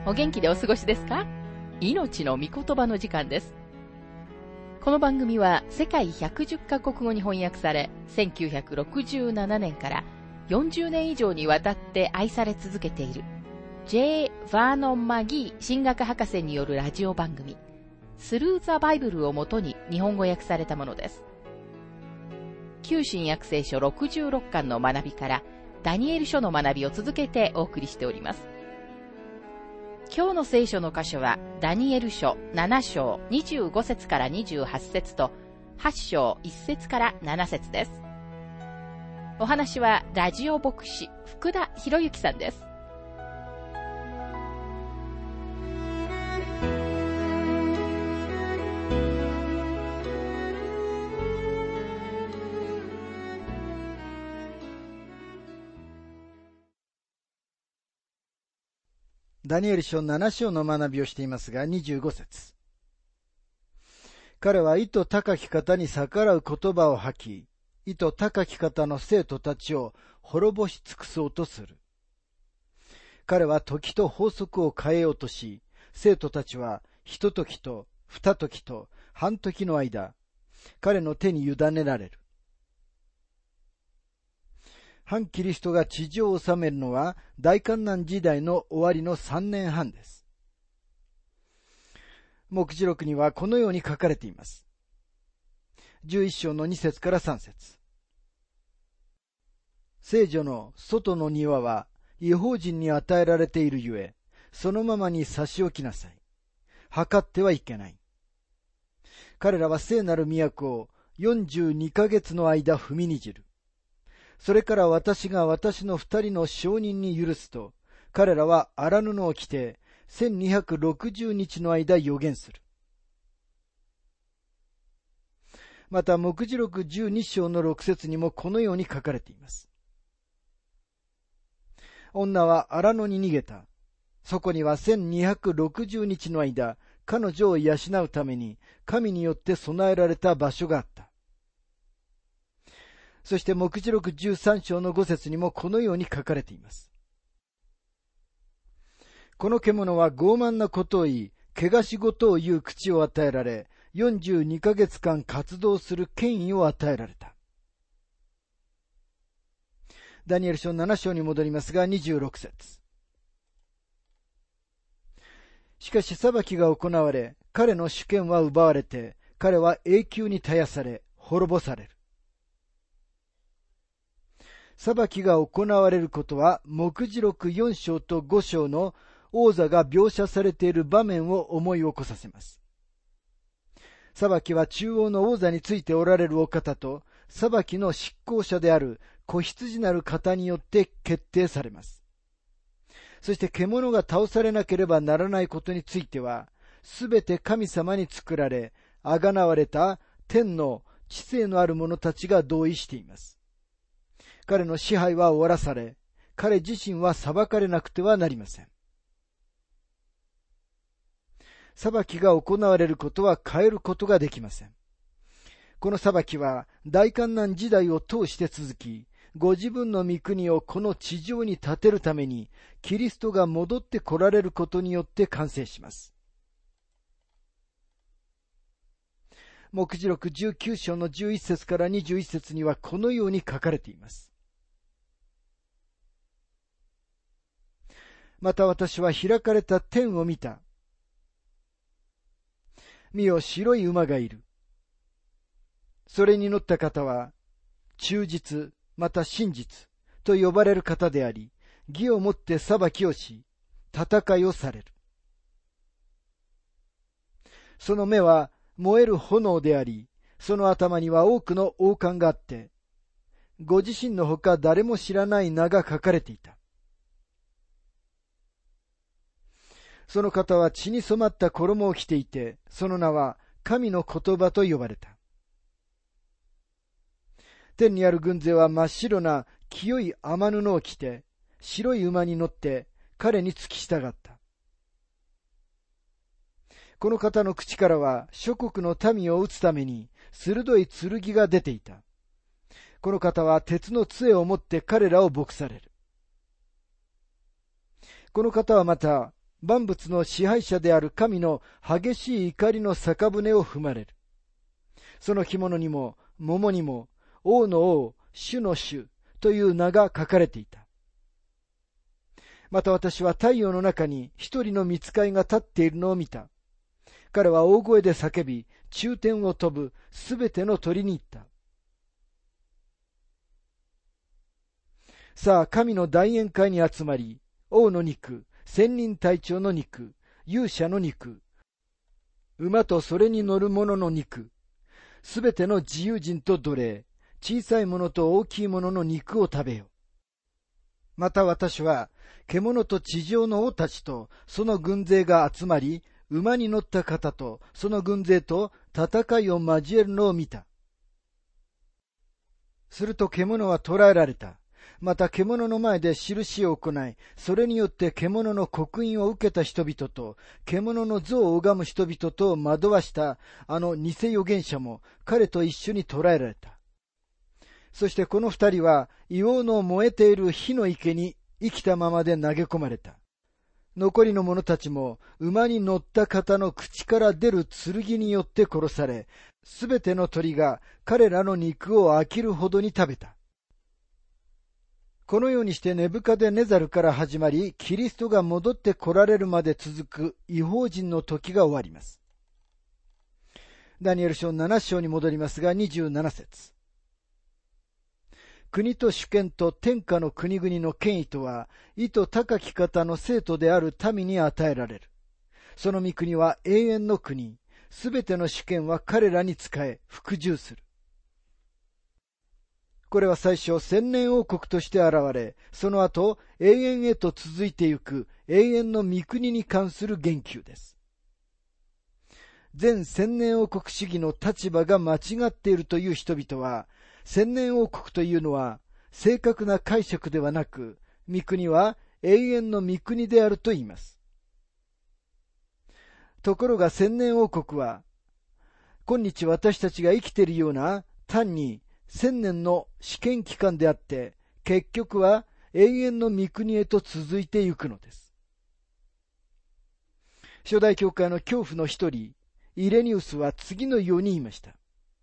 お元気でお過ごしですか？命の御言葉の時間です。この番組は世界110カ国語に翻訳され、1967年から40年以上にわたって愛され続けている J. バーノン・マギー神学博士によるラジオ番組スルー・ザ・バイブルをもとに日本語訳されたものです。旧新約聖書66巻の学びからダニエル書の学びを続けてお送りしております。今日の聖書の箇所はダニエル書7章25節から28節と8章1節から7節です。お話はラジオ牧師福田博之さんです。 ダニエル書7章の学びをしていますが、25節。彼は意図高き方に逆らう言葉を吐き、意図高き方の生徒たちを滅ぼし尽くそうとする。彼は時と法則を変えようとし、生徒たちは一時と二時と半時の間、彼の手に委ねられる。反キリストが地上を治めるのは大患難時代の終わりの3年半です。黙示録にはこのように書かれています。11章の2節から3節。聖女の外の庭は異邦人に与えられているゆえ、そのままに差し置きなさい。測ってはいけない。彼らは聖なる都を42ヶ月の間踏みにじる。それから私が私の2人の証人に許すと、彼らは荒布を着て、1260日の間預言する。また、黙示録12章の6節にもこのように書かれています。女は荒野に逃げた。そこには1260日の間、彼女を養うために、神によって備えられた場所があった。そして黙示録13章の5節にもこのように書かれています。この獣は傲慢なことを言い、汚し事を言う口を与えられ、42ヶ月間活動する権威を与えられた。ダニエル書7章に戻りますが26節。しかし裁きが行われ、彼の主権は奪われて、彼は永久に絶やされ、滅ぼされる。裁きが行われることは、黙示録4章と5章の王座が描写されている場面を思い起こさせます。裁きは中央の王座についておられるお方と、裁きの執行者である子羊なる方によって決定されます。そして獣が倒されなければならないことについては、すべて神様に作られ、あがなわれた天の知性のある者たちが同意しています。彼の支配は終わらされ、彼自身は裁かれなくてはなりません。裁きが行われることは変えることができません。この裁きは大患難時代を通して続き、ご自分の御国をこの地上に建てるために、キリストが戻って来られることによって完成します。黙示録19章の11節から21節にはこのように書かれています。また私は開かれた天を見た。見よ、白い馬がいる。それに乗った方は、忠実、また真実と呼ばれる方であり、義をもって裁きをし、戦いをされる。その目は燃える炎であり、その頭には多くの王冠があって、ご自身のほか誰も知らない名が書かれていた。その方は血に染まった衣を着ていて、その名は神の言葉と呼ばれた。天にある軍勢は真っ白な清い雨布を着て、白い馬に乗って彼に付き従った。この方の口からは諸国の民を撃つために鋭い剣が出ていた。この方は鉄の杖を持って彼らを牧される。この方はまた万物の支配者である神の激しい怒りの酒舟を踏まれる。その着物にも桃にも王の王、主の主という名が書かれていた。また私は太陽の中に一人の御使いが立っているのを見た。彼は大声で叫び、中天を飛ぶすべての鳥に言った。さあ、神の大宴会に集まり、王の肉、千人隊長の肉、勇者の肉、馬とそれに乗る者の肉、すべての自由人と奴隷、小さいものと大きいものの肉を食べよ。また私は、獣と地上の王たちとその軍勢が集まり、馬に乗った方とその軍勢と戦いを交えるのを見た。すると獣は捕らえられた。また獣の前で印を行い、それによって獣の刻印を受けた人々と、獣の像を拝む人々とを惑わしたあの偽預言者も彼と一緒に捕らえられた。そしてこの二人は硫黄の燃えている火の池に生きたままで投げ込まれた。残りの者たちも馬に乗った方の口から出る剣によって殺され、すべての鳥が彼らの肉を飽きるほどに食べた。このようにしてネブカデネザルから始まり、キリストが戻って来られるまで続く異邦人の時が終わります。ダニエル書7章に戻りますが、27節。国と主権と天下の国々の権威とは、意図高き方の生徒である民に与えられる。その御国は永遠の国、すべての主権は彼らに仕え、服従する。これは最初、千年王国として現れ、その後、永遠へと続いてゆく永遠の御国に関する言及です。全千年王国主義の立場が間違っているという人々は、千年王国というのは正確な解釈ではなく、御国は永遠の御国であると言います。ところが千年王国は、今日私たちが生きているような単に千年の試験期間であって、結局は永遠の御国へと続いていくのです。初代教会の教父の一人、イレニウスは次のように言いました。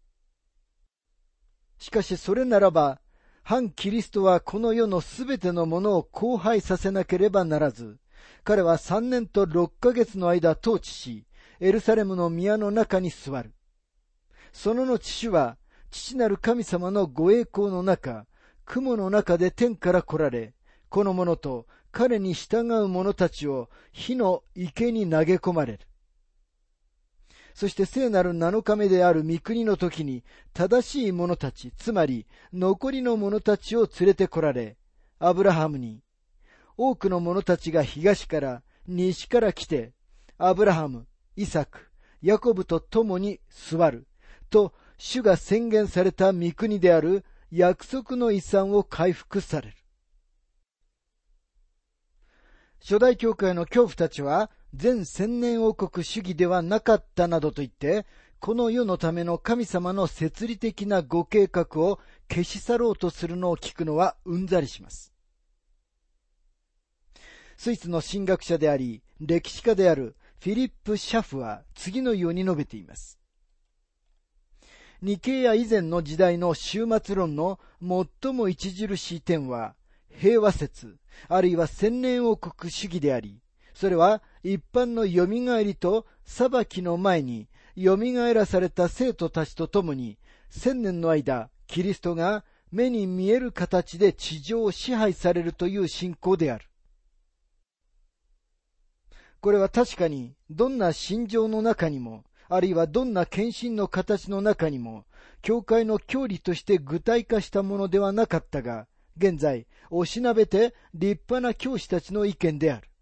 しかしそれならば、反キリストはこの世のすべてのものを荒廃させなければならず、彼は3年と6ヶ月の間統治し、エルサレムの宮の中に座る。その後主は、父なる神様のご栄光の中、雲の中で天から来られ、この者と彼に従う者たちを火の池に投げ込まれる。そして聖なる7日目である御国の時に、正しい者たち、つまり残りの者たちを連れて来られ、アブラハムに、多くの者たちが東から西から来て、アブラハム、イサク、ヤコブと共に座る、と主が宣言された御国である約束の遺産を回復される。初代教会の教父たちは、全千年王国主義ではなかったなどと言って、この世のための神様の摂理的なご計画を消し去ろうとするのを聞くのはうんざりします。スイスの神学者であり、歴史家であるフィリップ・シャフは次のように述べています。ニケイア以前の時代の終末論の最も著しい点は、平和説、あるいは千年王国主義であり、それは一般のよみがえりと裁きの前によみがえらされた生徒たちと共に1000年の間キリストが目に見える形で地上を支配されるという信仰である。これは確かにどんな心情の中にも、あるいはどんな献身の形の中にも、教会の教理として具体化したものではなかったが、現在おしなべて立派な教師たちの意見である。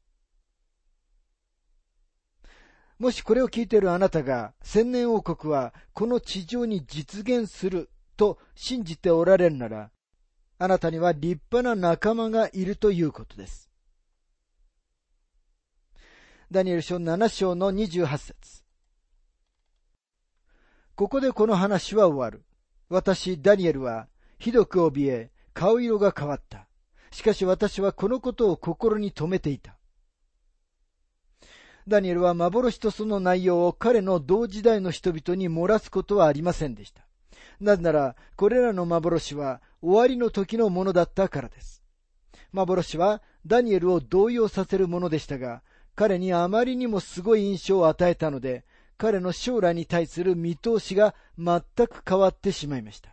もしこれを聞いているあなたが、千年王国はこの地上に実現すると信じておられるなら、あなたには立派な仲間がいるということです。ダニエル書7章の28節。ここでこの話は終わる。私、ダニエルは、ひどく怯え、顔色が変わった。しかし私はこのことを心に留めていた。 ダニエルは幻とその内容を彼の同時代の人々に漏らすことはありませんでした。なぜなら、これらの幻は終わりの時のものだったからです。幻はダニエルを動揺させるものでしたが、彼にあまりにもすごい印象を与えたので、彼の将来に対する見通しが全く変わってしまいました。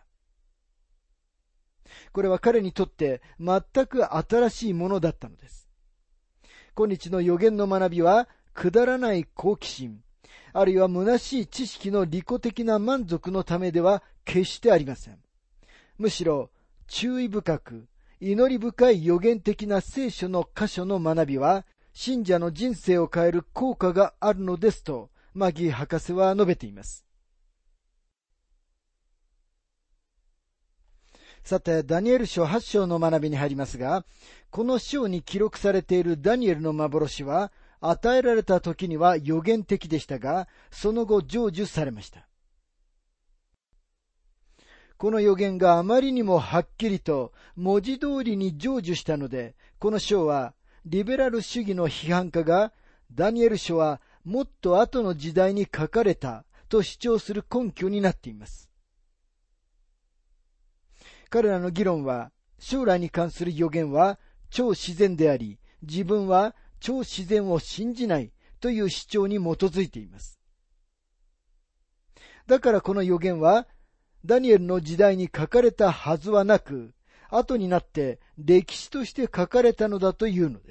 これは彼にとって全く新しいものだったのです。今日の預言の学びは、くだらない好奇心、あるいは虚しい知識の利己的な満足のためでは決してありません。むしろ、注意深く、祈り深い預言的な聖書の箇所の学びは、信者の人生を変える効果があるのですと、マギー博士は述べています。さて、ダニエル書8章の学びに入りますが、この章に記録されているダニエルの幻は、与えられた時には予言的でしたが、その後成就されました。この予言があまりにもはっきりと文字通りに成就したので、この章はリベラル主義の批判家がダニエル書はもっと後の時代に書かれたと主張する根拠になっています。彼らの議論は、将来に関する予言は超自然であり、自分は超自然を信じないという主張に基づいています。だからこの予言は、ダニエルの時代に書かれたはずはなく、後になって歴史として書かれたのだというのです。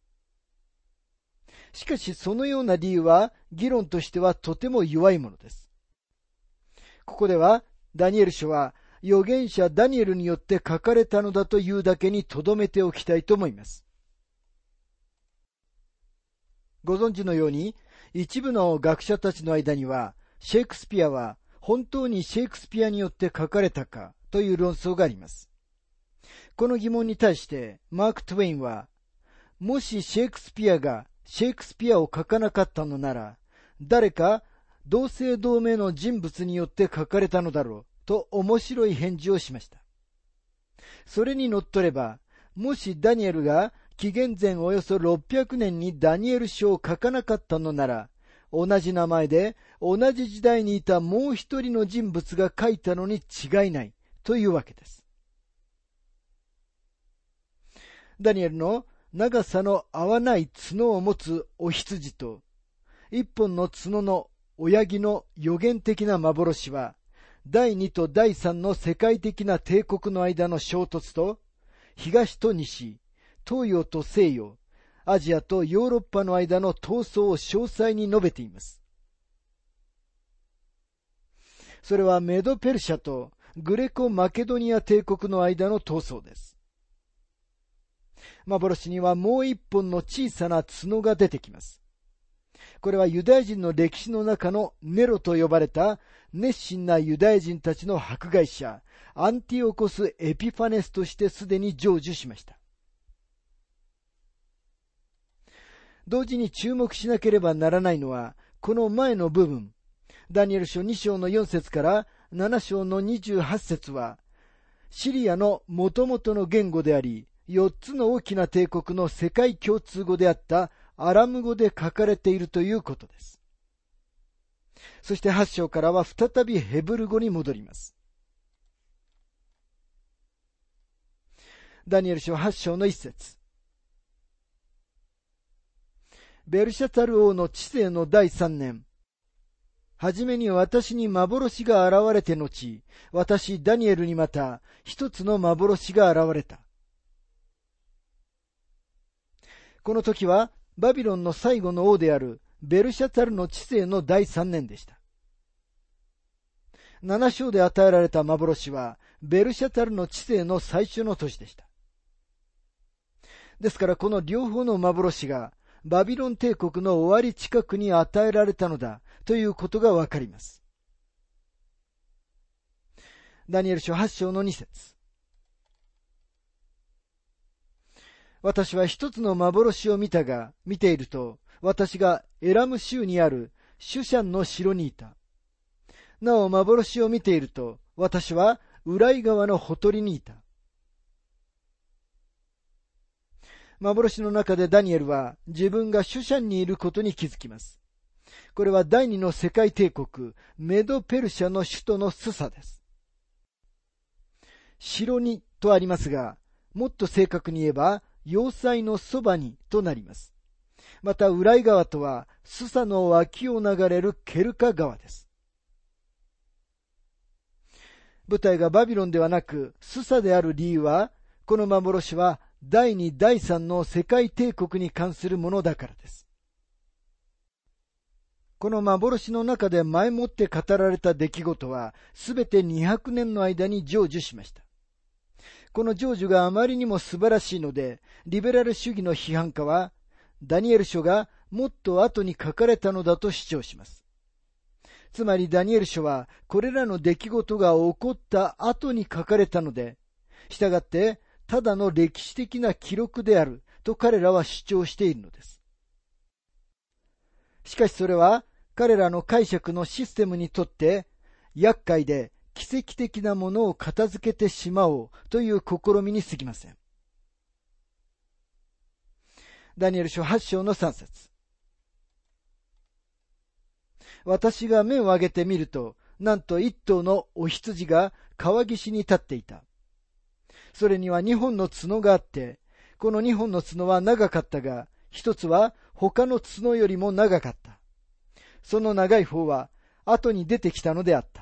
しかしそのような理由は議論としてはとても弱いものです。ここではダニエル書は預言者ダニエルによって書かれたのだというだけに留めておきたいと思います。ご存知のように、一部の学者たちの間には、シェイクスピアは本当にシェイクスピアによって書かれたかという論争があります。この疑問に対してマーク・トウェインは、もしシェイクスピアがシェイクスピアを書かなかったのなら、誰か同姓同名の人物によって書かれたのだろうと面白い返事をしました。それにのっとれば、もしダニエルが紀元前およそ600年にダニエル書を書かなかったのなら、同じ名前で同じ時代にいたもう一人の人物が書いたのに違いないというわけです。ダニエルの長さの合わない角を持つお羊と一本の角の親木の予言的な幻は、第2と第3の世界的な帝国の間の衝突と、東と西、東洋と西洋、アジアとヨーロッパの間の闘争を詳細に述べています。それはメドペルシャとグレコ・マケドニア帝国の間の闘争です。幻にはもう一本の小さな角が出てきます。これはユダヤ人の歴史の中のネロと呼ばれた熱心なユダヤ人たちの迫害者、アンティオコス・エピファネスとしてすでに成就しました。同時に注目しなければならないのは、この前の部分、ダニエル書2章の4節から7章の28節は、シリアの元々の言語であり、4つの大きな帝国の世界共通語であったアラム語で書かれているということです。そして8章からは再びヘブル語に戻ります。ダニエル書8章の1節。ベルシャツァル王の治世の第3年。はじめに私に幻が現れて後、私ダニエルにまた一つの幻が現れた。この時はバビロンの最後の王であるベルシャツァルの治世の第3年でした。7章で与えられた幻はベルシャツァルの治世の最初の年でした。ですからこの両方の幻がバビロン帝国の終わり近くに与えられたのだということがわかります。ダニエル書8章の2節。私は一つの幻を見たが、見ていると、私がエラム州にあるシュシャンの城にいた。なお幻を見ていると、私はウライ川のほとりにいた。 幻の中でダニエルは自分がシュシャンにいることに気づきます。これは第二の世界帝国、メドペルシャの首都のスサです。城にとありますが、もっと正確に言えば、要塞のそばにとなります。また、ウライ川とは、スサの脇を流れるケルカ川です。舞台がバビロンではなく、スサである理由は、この幻は第二、第三の世界帝国に関するものだからです。この幻の中で前もって語られた出来事は、すべて200年の間に成就しました。この成就があまりにも素晴らしいので、リベラル主義の批判家は、ダニエル書がもっと後に書かれたのだと主張します。つまりダニエル書は、これらの出来事が起こった後に書かれたので、したがって、ただの歴史的な記録であると彼らは主張しているのです。しかしそれは、彼らの解釈のシステムにとって厄介で奇跡的なものを片付けてしまおうという試みに過ぎません。ダニエル書8章の3節。私が目を上げてみると、なんと一頭のお羊が川岸に立っていた。それには2本の角があって、この2本の角は長かったが、一つは他の角よりも長かった。その長い方は後に出てきたのであった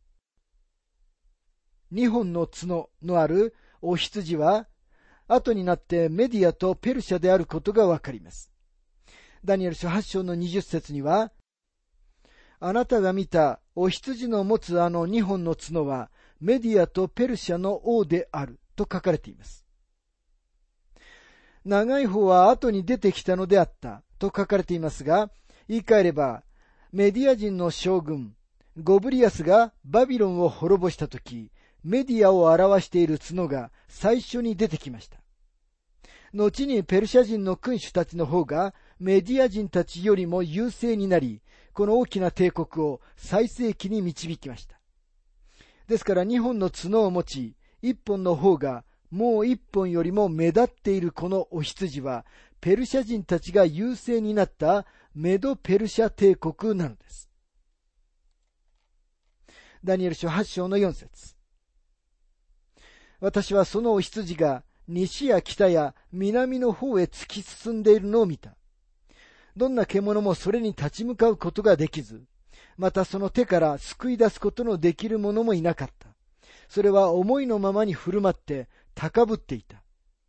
。2本の角のあるお羊は後になってメディアとペルシャであることがわかります。ダニエル書8章の20節には、あなたが見たお羊の持つあの2本の角はメディアとペルシャの王であると書かれています。長い方は後に出てきたのであったと書かれていますが、言い換えれば、メディア人の将軍、ゴブリアスがバビロンを滅ぼしたとき、メディアを表している角が最初に出てきました。後にペルシャ人の君主たちの方がメディア人たちよりも優勢になり、この大きな帝国を最盛期に導きました。ですから2本の角を持ち、1本の方がもう1本よりも目立っているこのお羊は、ペルシャ人たちが優勢になったメドペルシャ帝国なのです。ダニエル書8章の4節。私はそのお羊が西や北や南の方へ突き進んでいるのを見た。どんな獣もそれに立ち向かうことができず、またその手から救い出すことのできる者もいなかった。それは思いのままに振る舞って高ぶっていた。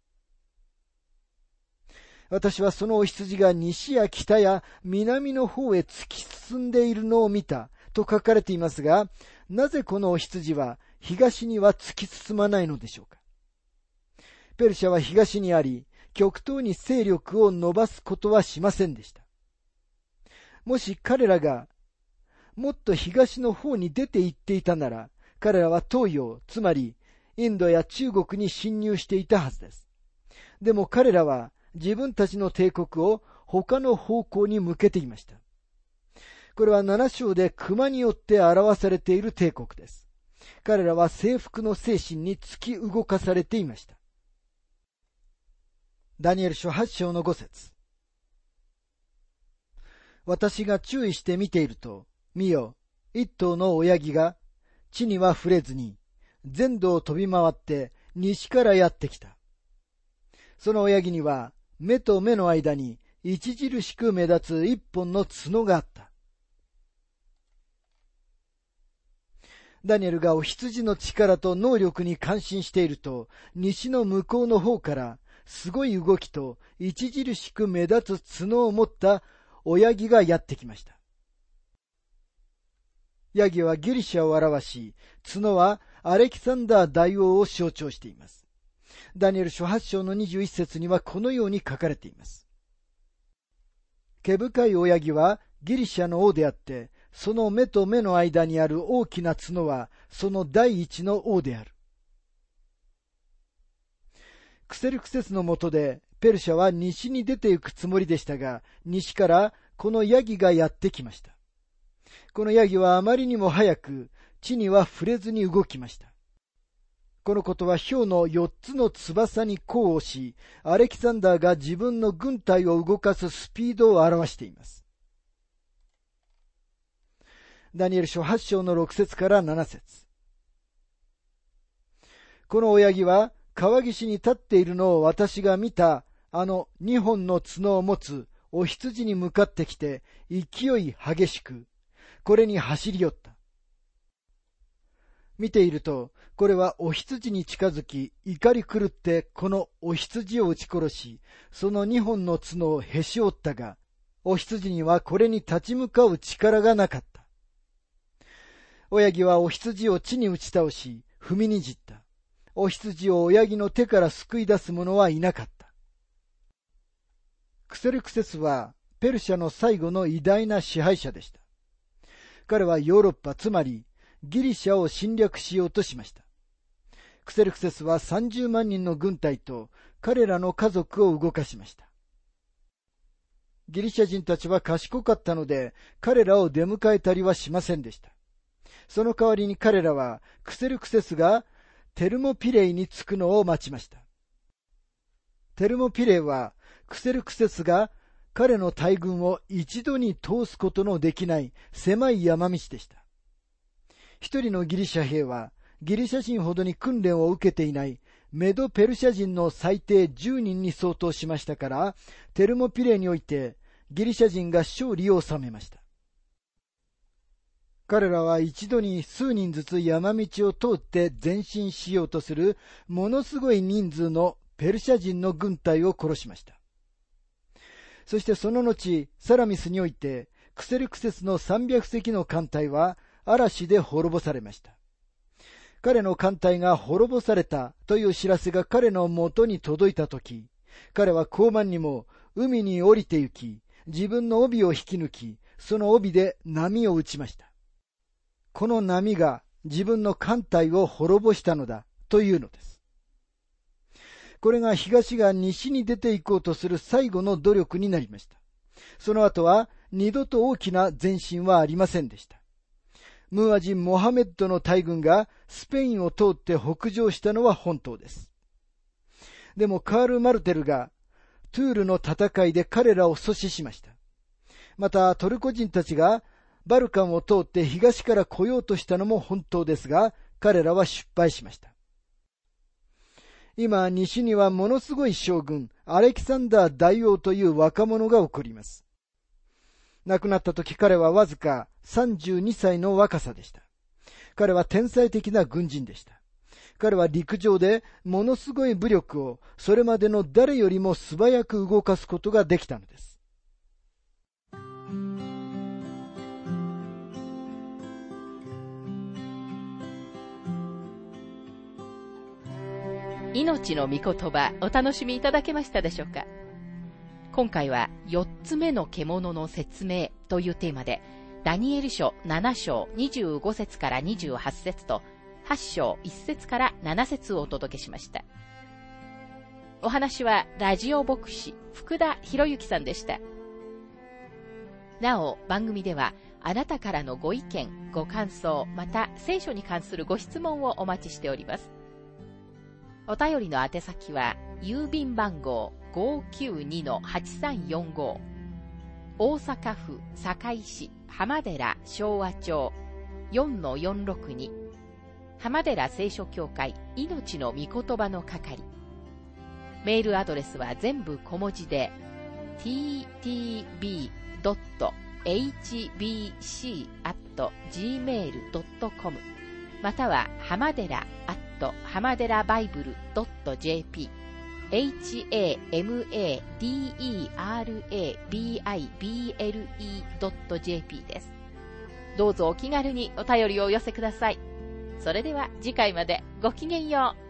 私はそのお羊が西や北や南の方へ突き進んでいるのを見たと書かれていますが、なぜこのお羊は東には突き進まないのでしょうか。ペルシャは東にあり、極東に勢力を伸ばすことはしませんでした。もし彼らがもっと東の方に出て行っていたなら、彼らは東洋、つまりインドや中国に侵入していたはずです。でも彼らは自分たちの帝国を他の方向に向けていました。これは7章で熊によって表されている帝国です。彼らは征服の精神に突き動かされていました。ダニエル書8章の5節。私が注意して見ていると、見よ、一頭の親木が地には触れずに全土を飛び回って西からやってきた。その親木には目と目の間に著しく目立つ一本の角があった。ダニエルがお羊の力と能力に感心していると、西の向こうの方からすごい動きと著しく目立つ角を持った親木がやってきました。ヤギはギリシャを表し、角はアレキサンダー大王を象徴しています。ダニエル書8章の21節にはこのように書かれています。毛深い親木はギリシャの王であって、その目と目の間にある大きな角はその第一の王である。クセルクセスの下でペルシャは西に出て行くつもりでしたが、西からこのヤギがやってきました。このヤギはあまりにも早く地には触れずに動きました。 このことは豹の4つの翼に呼応し、アレキサンダーが自分の軍隊を動かすスピードを表しています。ダニエル書8章の6節から7節。この親木は川岸に立っているのを私が見たあの2本の角を持つお羊に向かってきて勢い激しくこれに走り寄った。見ているとこれはお羊に近づき怒り狂ってこのお羊を撃ち殺しその2本の角をへし折ったがお羊にはこれに立ち向かう力がなかった。親木はお羊を地に打ち倒し踏みにじった。お羊を親木の手から救い出す者はいなかった。クセルクセスはペルシャの最後の偉大な支配者でした。彼はヨーロッパ、つまりギリシャを侵略しようとしました。クセルクセスは30万人の軍隊と彼らの家族を動かしました。ギリシャ人たちは賢かったので彼らを出迎えたりはしませんでした。その代わりに彼らはクセルクセスがテルモピレイに着くのを待ちました。テルモピレイはクセルクセスが彼の大軍を一度に通すことのできない狭い山道でした。一人のギリシャ兵はギリシャ人ほどに訓練を受けていないメドペルシャ人の最低10人に相当しましたから、テルモピレイにおいてギリシャ人が勝利を収めました。彼らは一度に数人ずつ山道を通って前進しようとするものすごい人数のペルシャ人の軍隊を殺しました。そしてその後、サラミスにおいてクセルクセスの300隻の艦隊は嵐で滅ぼされました。彼の艦隊が滅ぼされたという知らせが彼のもとに届いたとき、彼は高慢にも海に降りて行き、自分の帯を引き抜き、その帯で波を打ちました。この波が自分の艦隊を滅ぼしたのだというのです。これが東が西に出て行こうとする最後の努力になりました。その後は二度と大きな前進はありませんでした。ムーア人モハメッドの大軍がスペインを通って北上したのは本当です。でもカール・マルテルがトゥールの戦いで彼らを阻止しました。またトルコ人たちがバルカンを通って東から来ようとしたのも本当ですが、彼らは失敗しました。今、西にはものすごい将軍、アレキサンダー大王という若者が起こります。亡くなった時彼はわずか32歳の若さでした。彼は天才的な軍人でした。彼は陸上でものすごい武力をそれまでの誰よりも素早く動かすことができたのです。 命の御言葉、お楽しみいただけましたでしょうか。今回は4つ目の獣の説明というテーマで、ダニエル書7章25節から28節と8章1節から7節をお届けしました。お話はラジオ牧師福田博之さんでした。なお、番組ではあなたからのご意見、ご感想、また聖書に関するご質問をお待ちしております。お便りの宛先は、郵便番号 592-8345 大阪府堺市浜寺昭和町 4-462 浜寺聖書協会命の御言葉の係。メールアドレスは全部小文字で ttb.hbc@gmail.com または浜寺浜寺バイブル .jp hamaderabible.jp です。どうぞお気軽にお便りをお寄せください。それでは次回までごきげんよう。